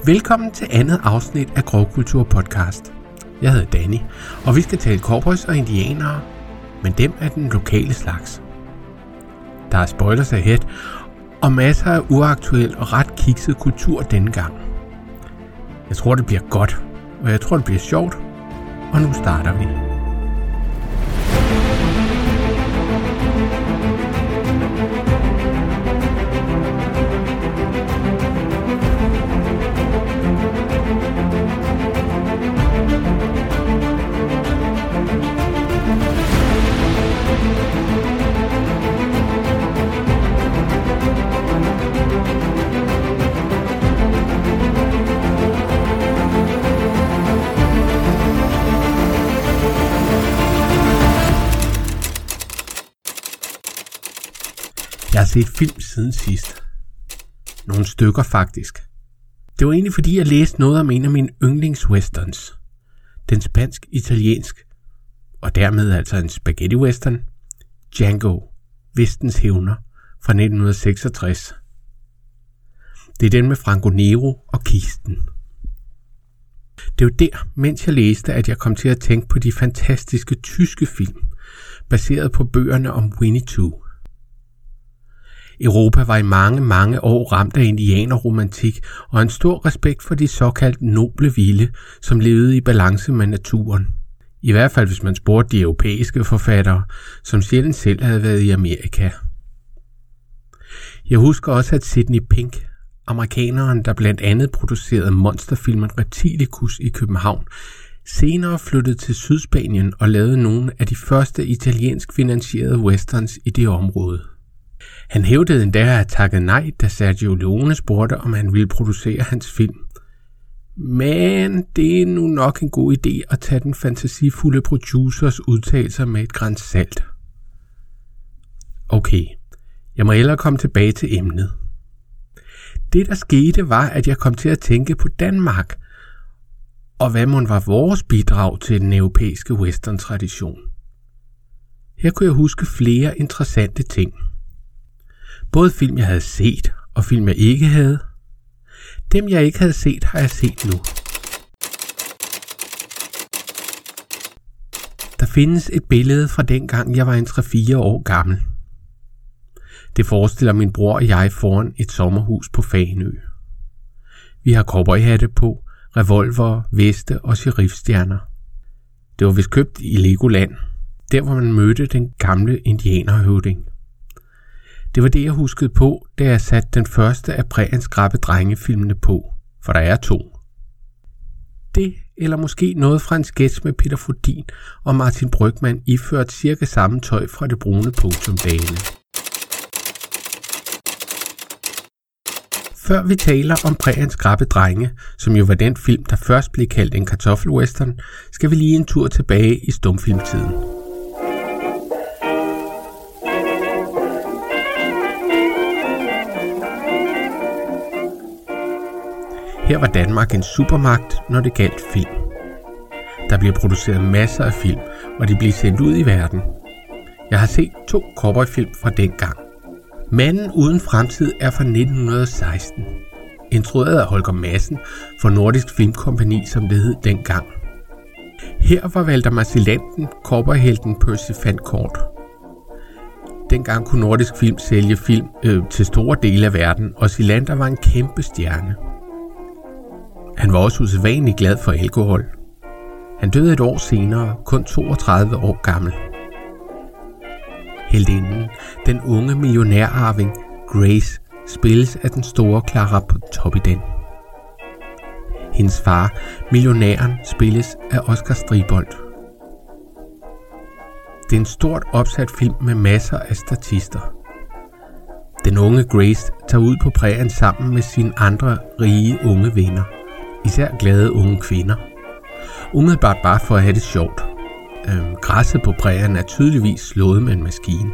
Velkommen til andet afsnit af Grovkultur podcast. Jeg hedder Danny, og vi skal tale cowboys og indianere, men dem er den lokale slags. Der er spoilers ahead, og masser af uaktuel og ret kikset kultur denne gang. Jeg tror det bliver godt, og jeg tror det bliver sjovt, og nu starter vi. Jeg har set film siden sidst. Nogle stykker faktisk. Det var egentlig fordi jeg læste noget om en af mine yndlingswesterns. Den spansk-italiensk, og dermed altså en spaghetti-western, Django, Vestens hævner fra 1966. Det er den med Franco Nero og kisten. Det var der, mens jeg læste, at jeg kom til at tænke på de fantastiske tyske film, baseret på bøgerne om Winnetou. Europa var i mange år ramt af indianerromantik og en stor respekt for de såkaldt noble vilde, som levede i balance med naturen. I hvert fald hvis man spurgte de europæiske forfattere, som sjældent selv havde været i Amerika. Jeg husker også, at Sidney Pink, amerikaneren, der blandt andet producerede monsterfilmen Reptilicus i København, senere flyttede til Sydspanien og lavede nogle af de første italiensk finansierede westerns i det område. Han hævdede endda at have takket nej, da Sergio Leone spurgte, om han ville producere hans film. Men det er nu nok en god idé at tage den fantasifulde producers udtalelser med et gran salt. Okay, jeg må hellere komme tilbage til emnet. Det der skete var, at jeg kom til at tænke på Danmark, og hvad mon var vores bidrag til den europæiske western-tradition. Her kunne jeg huske flere interessante ting. Både film, jeg havde set, og film, jeg ikke havde. Dem, jeg ikke havde set, har jeg set nu. Der findes et billede fra dengang, jeg var en 3-4 år gammel. Det forestiller min bror og jeg foran et sommerhus på Fanø. Vi har cowboyhatte på, revolver, veste og sheriffstjerner. Det var vist købt i Legoland, der hvor man mødte den gamle indianerhøvding. Det var det, jeg huskede på, da jeg satte den første af Præriens skrappe drengefilmene på, for der er 2. Det, eller måske noget fra en sketch med Peter Frodin og Martin Brygmann iført cirka samme tøj fra det brune punktumdagene. Før vi taler om Præriens skrappe drenge, som jo var den film, der først blev kaldt en kartoffelwestern, skal vi lige en tur tilbage i stumfilmtiden. Her var Danmark en supermagt, når det galt film. Der blev produceret masser af film, og de blev sendt ud i verden. Jeg har set 2 cowboyfilm fra dengang. Manden uden fremtid er fra 1916. Instrueret af Holger Madsen for Nordisk Filmkompagni, som det hed dengang. Her var Valdemar Silanten cowboyhelten Percy Fancourt. Dengang kunne Nordisk Film sælge film til store dele af verden, og Silander var en kæmpe stjerne. Han var også usædvanligt glad for alkohol. Han døde et år senere, kun 32 år gammel. Heltinden, den unge millionærarving Grace, spilles af den store Clara Pontoppidan. Hendes far, millionæren, spilles af Oscar Stribold. Det er en stort opsat film med masser af statister. Den unge Grace tager ud på prærien sammen med sine andre rige unge venner. Især glade unge kvinder. Umiddelbart bare for at have det sjovt. Græsset på prærien er tydeligvis slået med en maskine.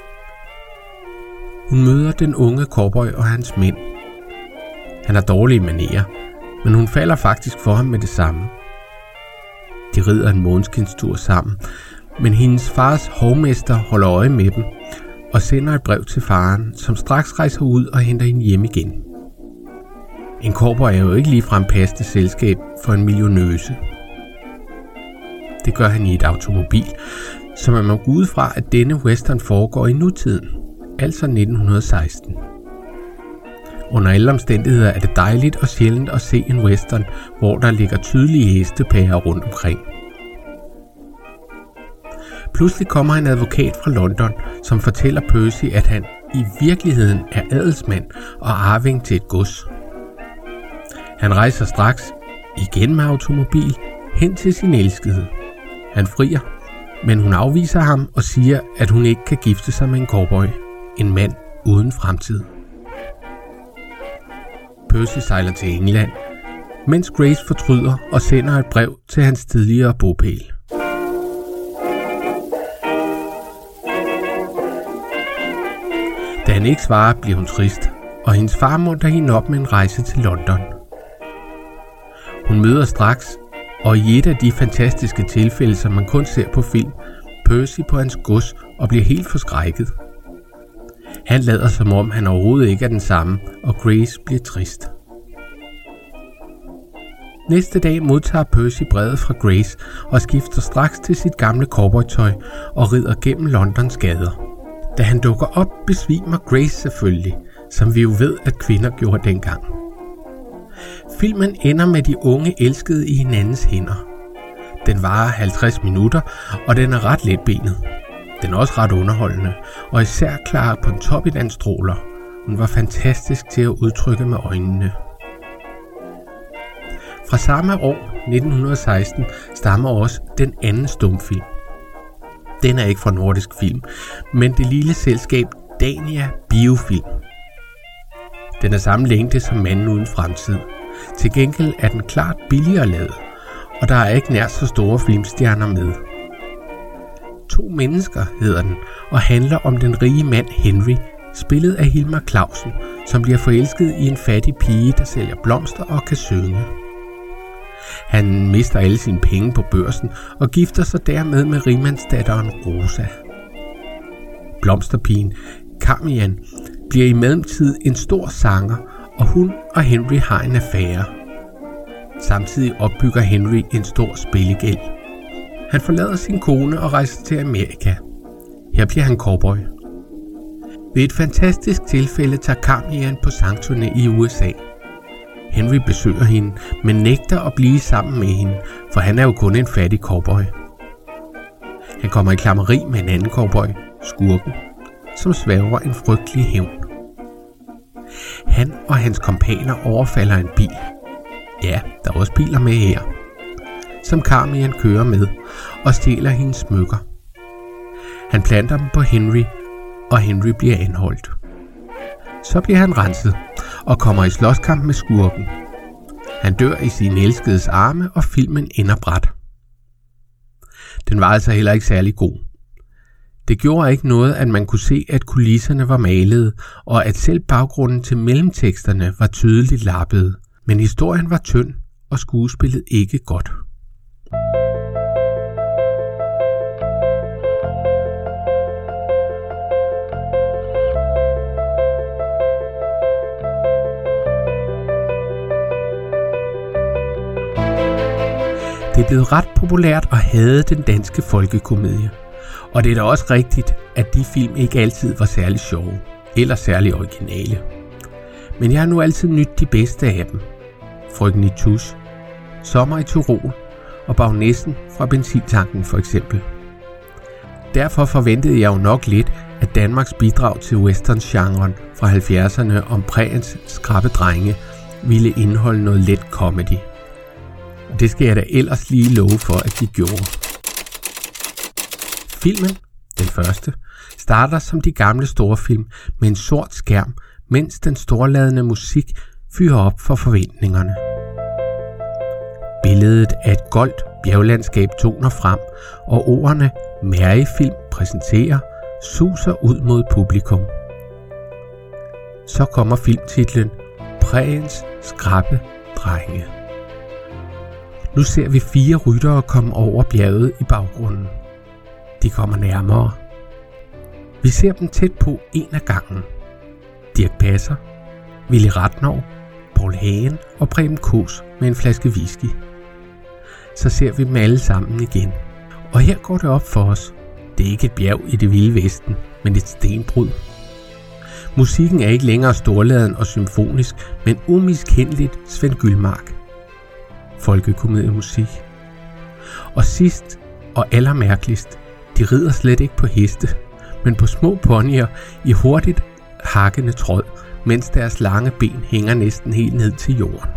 Hun møder den unge cowboy og hans mænd. Han har dårlige manerer, men hun falder faktisk for ham med det samme. De rider en måneskinstur sammen, men hendes fars hovmester holder øje med dem og sender et brev til faren, som straks rejser ud og henter hende hjem igen. En cowboy er jo ikke ligefrem passende selskab for en millionøse. Det gør han i et automobil, så man må gå ud fra, at denne western foregår i nutiden, altså 1916. Under alle omstændigheder er det dejligt og sjældent at se en western, hvor der ligger tydelige hestepærer rundt omkring. Pludselig kommer en advokat fra London, som fortæller Percy, at han i virkeligheden er adelsmand og arving til et gods. Han rejser straks, igen med automobil, hen til sin elskede. Han frier, men hun afviser ham og siger, at hun ikke kan gifte sig med en cowboy, en mand uden fremtid. Percy sejler til England, mens Grace fortryder og sender et brev til hans tidligere bopæl. Da han ikke svarer, bliver hun trist, og hendes far munter hende op med en rejse til London. Hun møder straks, og i et af de fantastiske tilfælde, som man kun ser på film, Percy på hans gods og bliver helt forskrækket. Han lader som om han overhovedet ikke er den samme, og Grace bliver trist. Næste dag modtager Percy brevet fra Grace og skifter straks til sit gamle cowboytøj og rider gennem Londons gader. Da han dukker op, besvimer Grace selvfølgelig, som vi jo ved, at kvinder gjorde dengang. Filmen ender med de unge elskede i hinandens hænder. Den varer 50 minutter, og den er ret letbenet. Den er også ret underholdende, og især Clara Pontoppidan stråler. Hun var fantastisk til at udtrykke med øjnene. Fra samme år, 1916, stammer også den anden stumfilm. Den er ikke fra Nordisk Film, men det lille selskab Dania Biofilm. Den er samme længde som Manden uden fremtid. Til gengæld er den klart billigere lavet, og der er ikke nær så store filmstjerner med. 2 mennesker hedder den, og handler om den rige mand Henry, spillet af Hilmar Clausen, som bliver forelsket i en fattig pige, der sælger blomster og kan synge. Han mister alle sine penge på børsen og gifter sig dermed med rigmandsdatteren Rosa. Blomsterpigen Carmian bliver i mellemtid en stor sanger, og hun og Henry har en affære. Samtidig opbygger Henry en stor spillegæld. Han forlader sin kone og rejser til Amerika. Her bliver han cowboy. Ved et fantastisk tilfælde tager Carmian på sangturné i USA. Henry besøger hende, men nægter at blive sammen med hende, for han er jo kun en fattig cowboy. Han kommer i klammeri med en anden cowboy, Skurken, som sværger en frygtelig hævn. Han og hans kompaner overfalder en bil. Ja, der er også biler med her, som Carmian kører med og stjæler hendes smykker. Han planter dem på Henry, og Henry bliver anholdt. Så bliver han renset og kommer i slåskamp med Skurken. Han dør i sin elskedes arme, og filmen ender brat. Den var altså heller ikke særlig god. Det gjorde ikke noget, at man kunne se, at kulisserne var malede, og at selv baggrunden til mellemteksterne var tydeligt lappede. Men historien var tynd, og skuespillet ikke godt. Det er blevet ret populært at hade den danske folkekomedie. Og det er da også rigtigt, at de film ikke altid var særlig sjove, eller særlig originale. Men jeg har nu altid nydt de bedste af dem. Frøken i Tusch, Sommer i Tyrol og Baronessen fra Benzintanken for eksempel. Derfor forventede jeg jo nok lidt, at Danmarks bidrag til western-genren fra 70'erne om prægens skrappe drenge ville indeholde noget let comedy. Og det skal jeg da ellers lige love for, at de gjorde. Filmen, den første, starter som de gamle storfilm med en sort skærm, mens den storladende musik fyrer op for forventningerne. Billedet af et goldt bjerglandskab toner frem, og ordene Mærgefilm præsenterer suser ud mod publikum. Så kommer filmtitlen Prægens skrappe drenge. Nu ser vi 4 ryttere komme over bjerget i baggrunden. De kommer nærmere. Vi ser dem tæt på en af gangen. Dirch Passer, Willy Ratnov, Paul Hagen og Preben Kaas med en flaske whisky. Så ser vi dem alle sammen igen. Og her går det op for os. Det er ikke et bjerg i det vilde vesten, men et stenbrud. Musikken er ikke længere storladen og symfonisk, men umiskendeligt Svend Gyldmark. Folkekomediemusik. Og sidst og allermærkeligst, de rider slet ikke på heste, men på små ponyer i hurtigt hakkende tråd, mens deres lange ben hænger næsten helt ned til jorden.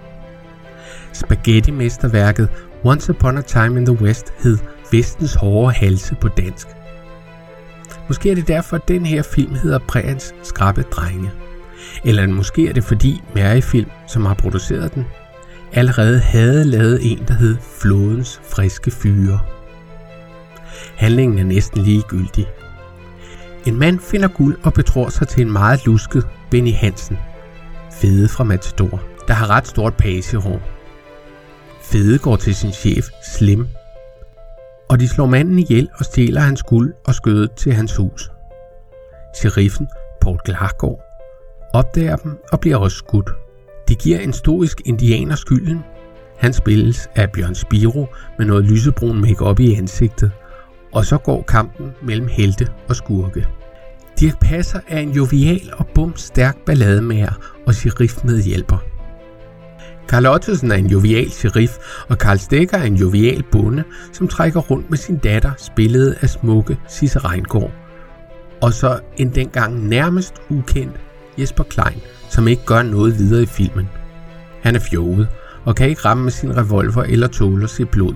Spaghetti-mesterværket Once Upon a Time in the West hed Vestens hårde halse på dansk. Måske er det derfor, at den her film hedder Præriens skrappe drenge. Eller måske er det fordi Mary Film, som har produceret den, allerede havde lavet en, der hed Flådens friske fyre. Handlingen er næsten ligegyldig. En mand finder guld og betror sig til en meget lusket Benny Hansen, Fede fra Matador, der har ret stort pagehår. Fede går til sin chef Slim, og de slår manden ihjel og stjæler hans guld og skødet til hans hus. Sheriffen, Poul Klargaard, opdager dem og bliver også skudt. De giver en stoisk indianer skylden. Han spilles af Bjørn Spiro med noget lysebrun make-up i ansigtet, og så går kampen mellem helte og skurke. Dirch Passer er en jovial og bumstærk ballademager og sheriffmedhjælper. Carl Ottesen er en jovial sheriff, og Karl Stikker er en jovial bonde, som trækker rundt med sin datter, spillet af smukke Sisse Reingård. Og så en dengang nærmest ukendt Jesper Klein, som ikke gør noget videre i filmen. Han er fjollet og kan ikke ramme med sin revolver eller tåle at se blod.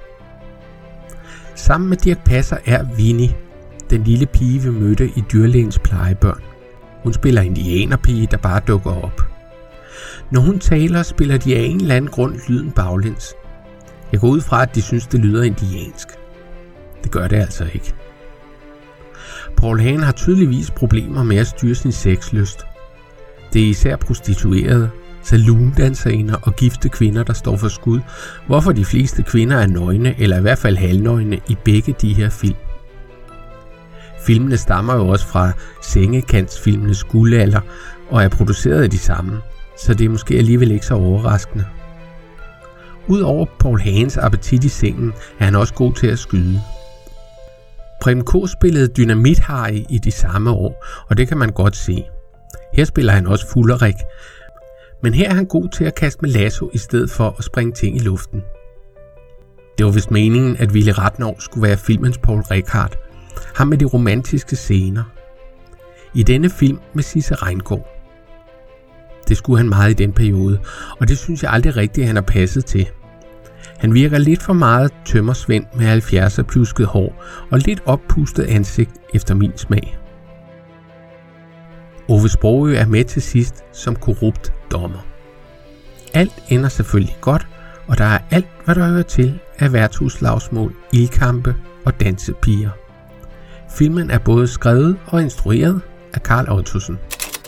Sammen med Dirch Passer er Winnie, den lille pige vi mødte i dyrlægens plejebørn. Hun spiller indianerpige, der bare dukker op. Når hun taler, spiller de af en eller anden grund lyden baglæns. Jeg går ud fra, at de synes, det lyder indiansk. Det gør det altså ikke. Paul Hagen har tydeligvis problemer med at styre sin sexlyst. Det er især prostituerede, saloondanserinder og gifte kvinder, der står for skud, hvorfor de fleste kvinder er nøgne, eller i hvert fald halvnøgne, i begge de her film. Filmene stammer jo også fra sengekantsfilmenes guldalder og er produceret af de samme, så det er måske alligevel ikke så overraskende. Udover Paul Hagens appetit i sengen, er han også god til at skyde. Preben Kaas spillede Dynamit-Harry i de samme år, og det kan man godt se. Her spiller han også Fullerik, men her er han god til at kaste med lasso i stedet for at springe ting i luften. Det var vist meningen, at Willy Ratnov skulle være filmens Poul Reichhardt, ham med de romantiske scener. I denne film med Sisse Reingård. Det skulle han meget i den periode, og det synes jeg aldrig rigtigt, han har passet til. Han virker lidt for meget tømmersvend med 70'er pjusket hår og lidt oppustet ansigt efter min smag. Ove Sprogøe er med til sidst som korrupt dommer. Alt ender selvfølgelig godt, og der er alt, hvad der hører til af værtshusslagsmål, ildkampe og dansepiger. Filmen er både skrevet og instrueret af Carl Ottesen.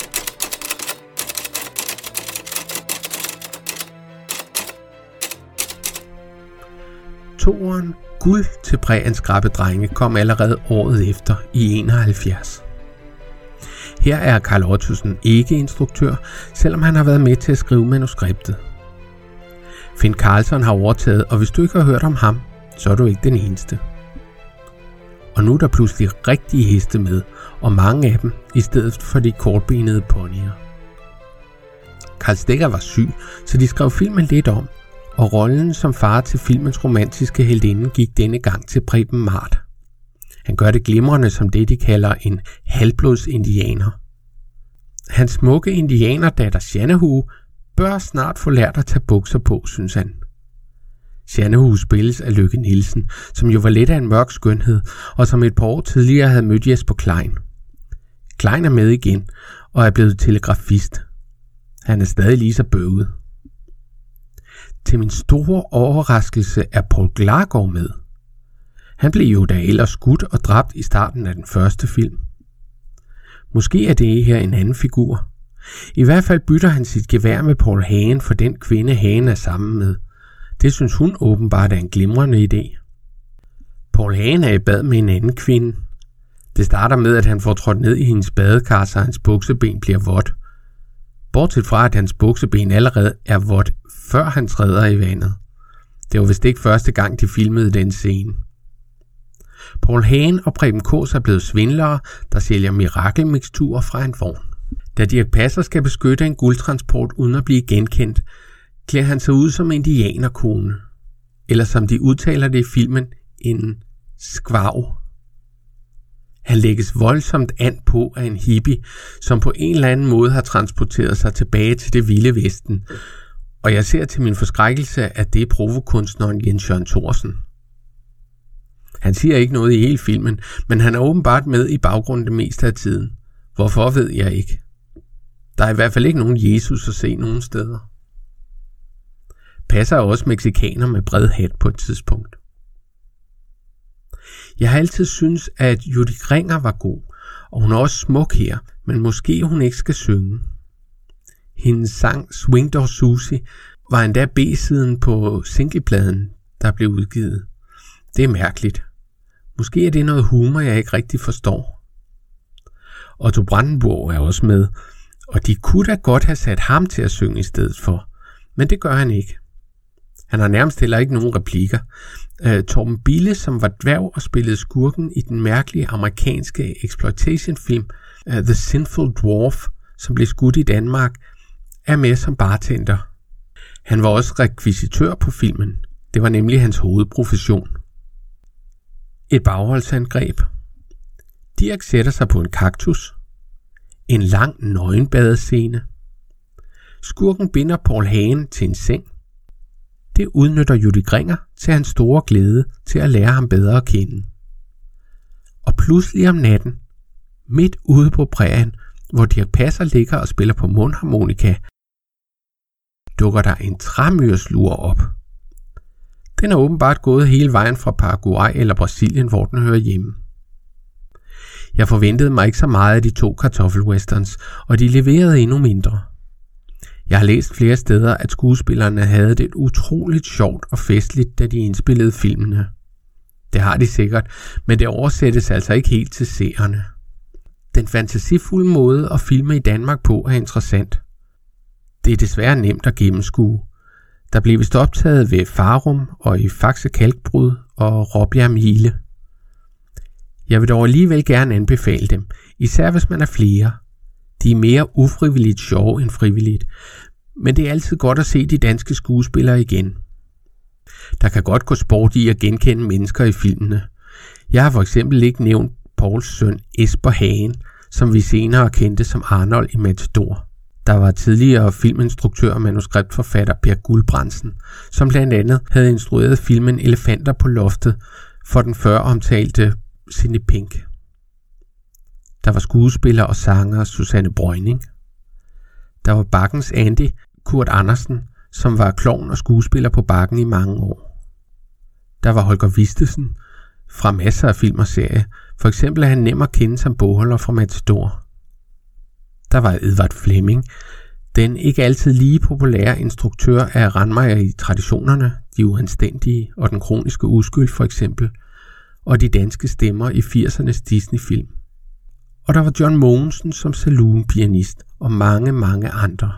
Toeren Guld til Præriens skrappe drenge kom allerede året efter i 71. Her er Carl Ottesen ikke instruktør, selvom han har været med til at skrive manuskriptet. Finn Karlsson har overtaget, og hvis du ikke har hørt om ham, så er du ikke den eneste. Og nu er der pludselig rigtige heste med, og mange af dem i stedet for de kortbenede ponyer. Karl Stikker var syg, så de skrev filmen lidt om, og rollen som far til filmens romantiske heltinde gik denne gang til Preben Mart. Han gør det glimrende som det, de kalder en halvblodsindianer. Hans smukke indianerdatter Shanahue bør snart få lært at tage bukser på, synes han. Shanahue spilles af Lykke Nielsen, som jo var lidt af en mørk skønhed, og som et par år tidligere havde mødt Jesper Klein. Klein er med igen, og er blevet telegrafist. Han er stadig lige så bøvet. Til min store overraskelse er Poul Klargaard med. Han blev jo da ellers skudt og dræbt i starten af den første film. Måske er det her en anden figur. I hvert fald bytter han sit gevær med Paul Hagen for den kvinde Hagen er sammen med. Det synes hun åbenbart er en glimrende idé. Paul Hagen er i bad med en anden kvinde. Det starter med, at han får trådt ned i hendes badekar, så hans bukseben bliver vådt. Bortset fra, at hans bukseben allerede er vådt, før han træder i vandet. Det var vist ikke første gang, de filmede den scene. Paul Hagen og Preben Kaas er blevet svindlere, der sælger mirakelmiksturer fra en vogn. Da Dirch Passer skal beskytte en guldtransport uden at blive genkendt, klæder han sig ud som indianerkone. Eller som de udtaler det i filmen, en skvav. Han lægges voldsomt an på af en hippie, som på en eller anden måde har transporteret sig tilbage til det vilde vesten. Og jeg ser til min forskrækkelse, at det er provokunstneren Jens Jørgen Thorsen. Han siger ikke noget i hele filmen, men han er åbenbart med i baggrunden det meste af tiden. Hvorfor ved jeg ikke. Der er i hvert fald ikke nogen Jesus at se nogen steder. Passer også mexikaner med bred hat på et tidspunkt. Jeg har altid syntes, at Judy Ringer var god, og hun er også smuk her, men måske hun ikke skal synge. Hendes sang Swing Door Susie var endda B-siden på singlepladen, der blev udgivet. Det er mærkeligt. Måske er det noget humor, jeg ikke rigtig forstår. Otto Brandenburg er også med, og de kunne da godt have sat ham til at synge i stedet for, men det gør han ikke. Han har nærmest heller ikke nogen replikker. Torben Bille, som var dværg og spillede skurken i den mærkelige amerikanske exploitation-film The Sinful Dwarf, som blev skudt i Danmark, er med som bartender. Han var også rekvisitør på filmen. Det var nemlig hans hovedprofession. Et bagholdsangreb. Dirch sætter sig på en kaktus. En lang nøgenbadescene. Skurken binder Paul Hagen til en seng. Det udnytter Judy Ringer til hans store glæde til at lære ham bedre at kende. Og pludselig om natten, midt ude på prærien, hvor Dirch Passer ligger og spiller på mundharmonika, dukker der en træmyrslur op. Den er åbenbart gået hele vejen fra Paraguay eller Brasilien, hvor den hører hjemme. Jeg forventede mig ikke så meget af de to kartoffelwesterns, og de leverede endnu mindre. Jeg har læst flere steder, at skuespillerne havde det utroligt sjovt og festligt, da de indspillede filmene. Det har de sikkert, men det oversættes altså ikke helt til seerne. Den fantasifulde måde at filme i Danmark på er interessant. Det er desværre nemt at gennemskue. Der blev vist optaget ved Farum og i Faxe Kalkbrud og Råbjerg Mile. Jeg vil dog alligevel gerne anbefale dem, især hvis man er flere. De er mere ufrivilligt sjove end frivilligt, men det er altid godt at se de danske skuespillere igen. Der kan godt gå sport i at genkende mennesker i filmene. Jeg har for eksempel ikke nævnt Pauls søn Esper Hagen, som vi senere kendte som Arnold i Matador. Der var tidligere filminstruktør og manuskriptforfatter Per Guldbrandsen, som blandt andet havde instrueret filmen Elefanter på loftet for den før omtalte Sidney Pink. Der var skuespiller og sanger Susanne Breuning. Der var Bakkens Andy, Kurt Andersen, som var klovn og skuespiller på Bakken i mange år. Der var Holger Vistesen fra masser af film og serier. For eksempel er han nem at kende som bogholder fra Matador. Der var Edvard Fleming, den ikke altid lige populære instruktør af Randmeier i Traditionerne, De Uanstændige og Den Kroniske Uskyld for eksempel, og de danske stemmer i 80'ernes Disney-film. Og der var John Mogensen som saloon-pianist og mange, mange andre.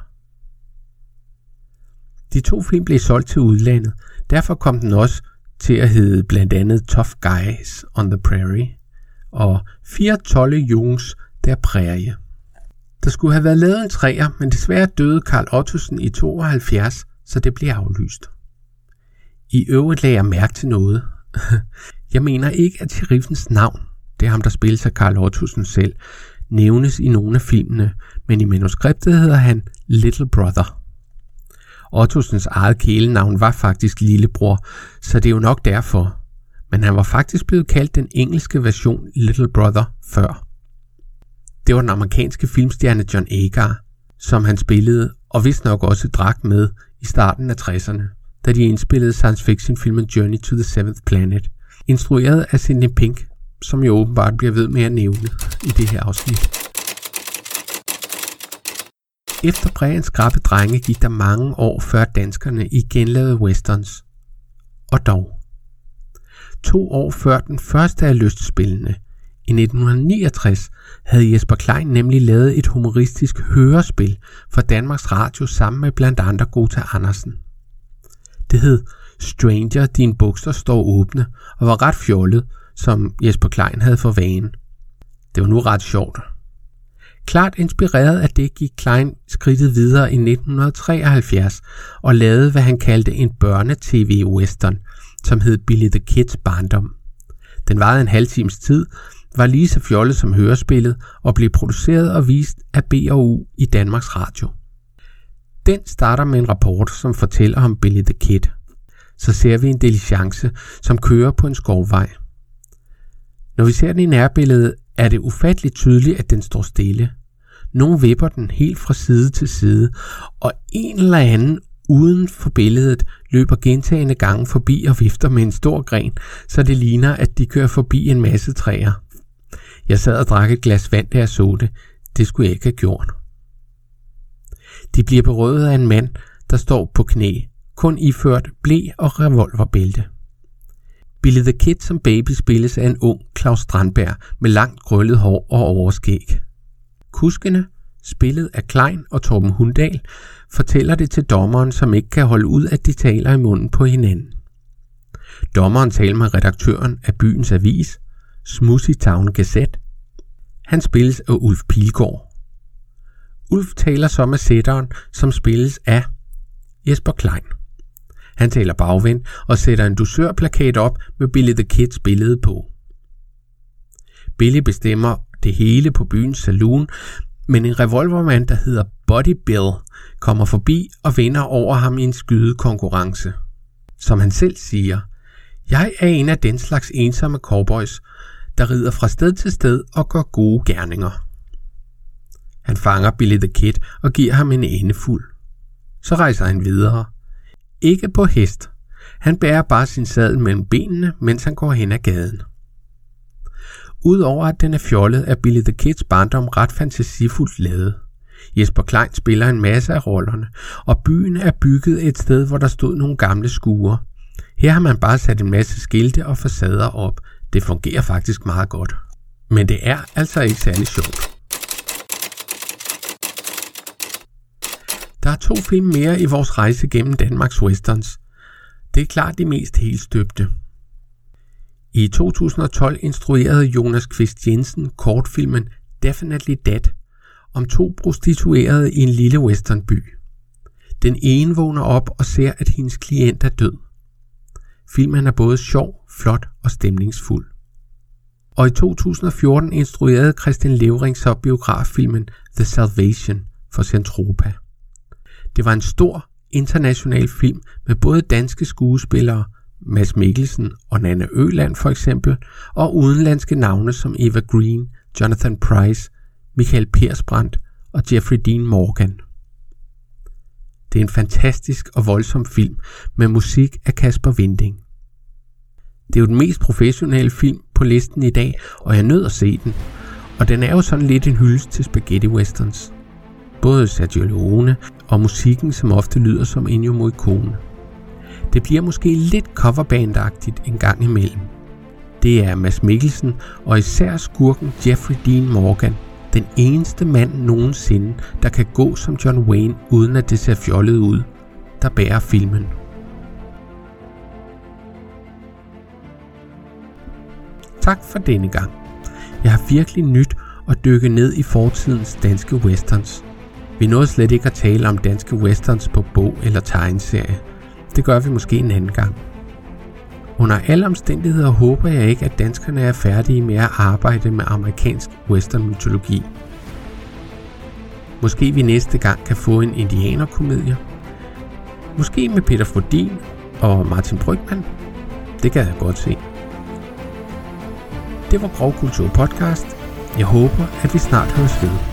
De to film blev solgt til udlandet, derfor kom den også til at hedde blandt andet Tough Guys on the Prairie og 4 tolle Jungs der Prærie. Der skulle have været lavet en træer, men desværre døde Carl Ottosen i 72, så det blev aflyst. I øvrigt lagde jeg mærke til noget. Jeg mener ikke, at sheriffens navn, det er ham, der spilles af Carl Ottosen selv, nævnes i nogle af filmene, men i manuskriptet hedder han Little Brother. Ottosens eget kælenavn var faktisk Lillebror, så det er jo nok derfor. Men han var faktisk blevet kaldt den engelske version Little Brother før. Det var den amerikanske filmstjerne John Agar, som han spillede og vist nok også drak med i starten af 60'erne, da de indspillede science fiction filmen Journey to the Seventh Planet, instrueret af Sidney Pink, som jo åbenbart bliver ved med at nævne i det her afsnit. Efter præriens skrappe drenge gik der mange år før danskerne igen lavede westerns. Og dog. 2 år før den første af lystspillene, I 1969 havde Jesper Klein nemlig lavet et humoristisk hørespil for Danmarks Radio sammen med blandt andre Gota Andersen. Det hed Stranger, dine bukser står åbne og var ret fjollet, som Jesper Klein havde for vane. Det var nu ret sjovt. Klart inspireret af det gik Klein skridtet videre i 1973 og lavede, hvad han kaldte en børne-tv-western, som hed Billy the Kids barndom. Den varede en halv times tid, var lige så fjollet som hørespillet og blev produceret og vist af B&U i Danmarks Radio. Den starter med en rapport, som fortæller om Billy the Kid. Så ser vi en diligence, som kører på en skovvej. Når vi ser den i nærbilledet, er det ufatteligt tydeligt, at den står stille. Nogen vipper den helt fra side til side, og en eller anden uden for billedet løber gentagende gange forbi og vifter med en stor gren, så det ligner, at de kører forbi en masse træer. Jeg sad og drak et glas vand, da jeg så det. Det skulle jeg ikke have gjort. De bliver berøvet af en mand, der står på knæ, kun iført ble og revolverbælte. Billy the Kid som baby spilles af en ung Claus Strandberg med langt krøllet hår og overskæg. Kuskene, spillet af Klein og Torben Hundal, fortæller det til dommeren, som ikke kan holde ud, at de taler i munden på hinanden. Dommeren taler med redaktøren af byens avis, Smoothie Town Gazette. Han spilles af Ulf Pilgaard. Ulf taler så med sætteren, som spilles af Jesper Klein. Han taler bagvendt og sætter en dusørplakat op med Billy the Kids billede på. Billy bestemmer det hele på byens saloon, men en revolvermand, der hedder Buddy Bill, kommer forbi og vinder over ham i en skydekonkurrence. Som han selv siger, jeg er en af den slags ensomme cowboys, der rider fra sted til sted og gør gode gerninger. Han fanger Billy the Kid og giver ham en endefuld. Så rejser han videre. Ikke på hest. Han bærer bare sin sadel mellem benene, mens han går hen ad gaden. Udover at den er fjollet, er Billy the Kids barndom ret fantasifuldt lavet. Jesper Klein spiller en masse af rollerne, og byen er bygget et sted, hvor der stod nogle gamle skure. Her har man bare sat en masse skilte og facader op. Det fungerer faktisk meget godt. Men det er altså ikke særlig sjovt. Der er 2 film mere i vores rejse gennem Danmarks westerns. Det er klart de mest helstøbte. I 2012 instruerede Jonas Kvist Jensen kortfilmen Definitely Dead om 2 prostituerede i en lille westernby. Den ene vågner op og ser, at hendes klient er død. Filmen er både sjov, flot og stemningsfuld. Og i 2014 instruerede Christian Levering så biograffilmen The Salvation for Centropa. Det var en stor international film med både danske skuespillere, Mads Mikkelsen og Nanna Øland for eksempel, og udenlandske navne som Eva Green, Jonathan Pryce, Michael Persbrandt og Jeffrey Dean Morgan. Det er en fantastisk og voldsom film med musik af Kasper Winding. Det er jo den mest professionelle film på listen i dag, og jeg nød at se den. Og den er jo sådan lidt en hyldest til spaghetti westerns. Både Sergio Leone og musikken, som ofte lyder som Ennio Morricone. Det bliver måske lidt coverbandagtigt en gang imellem. Det er Mads Mikkelsen og især skurken Jeffrey Dean Morgan, den eneste mand nogensinde, der kan gå som John Wayne, uden at det ser fjollet ud, der bærer filmen. Tak for denne gang. Jeg har virkelig nyt at dykke ned i fortidens danske westerns. Vi nåede slet ikke at tale om danske westerns på bog eller tegneserie. Det gør vi måske en anden gang. Under alle omstændigheder håber jeg ikke, at danskerne er færdige med at arbejde med amerikansk western-mytologi. Måske vi næste gang kan få en indianerkomedie. Måske med Peter Frodin og Martin Brygmann. Det kan jeg godt se. Det var Grov Kultur Podcast. Jeg håber, at vi snart høres ved.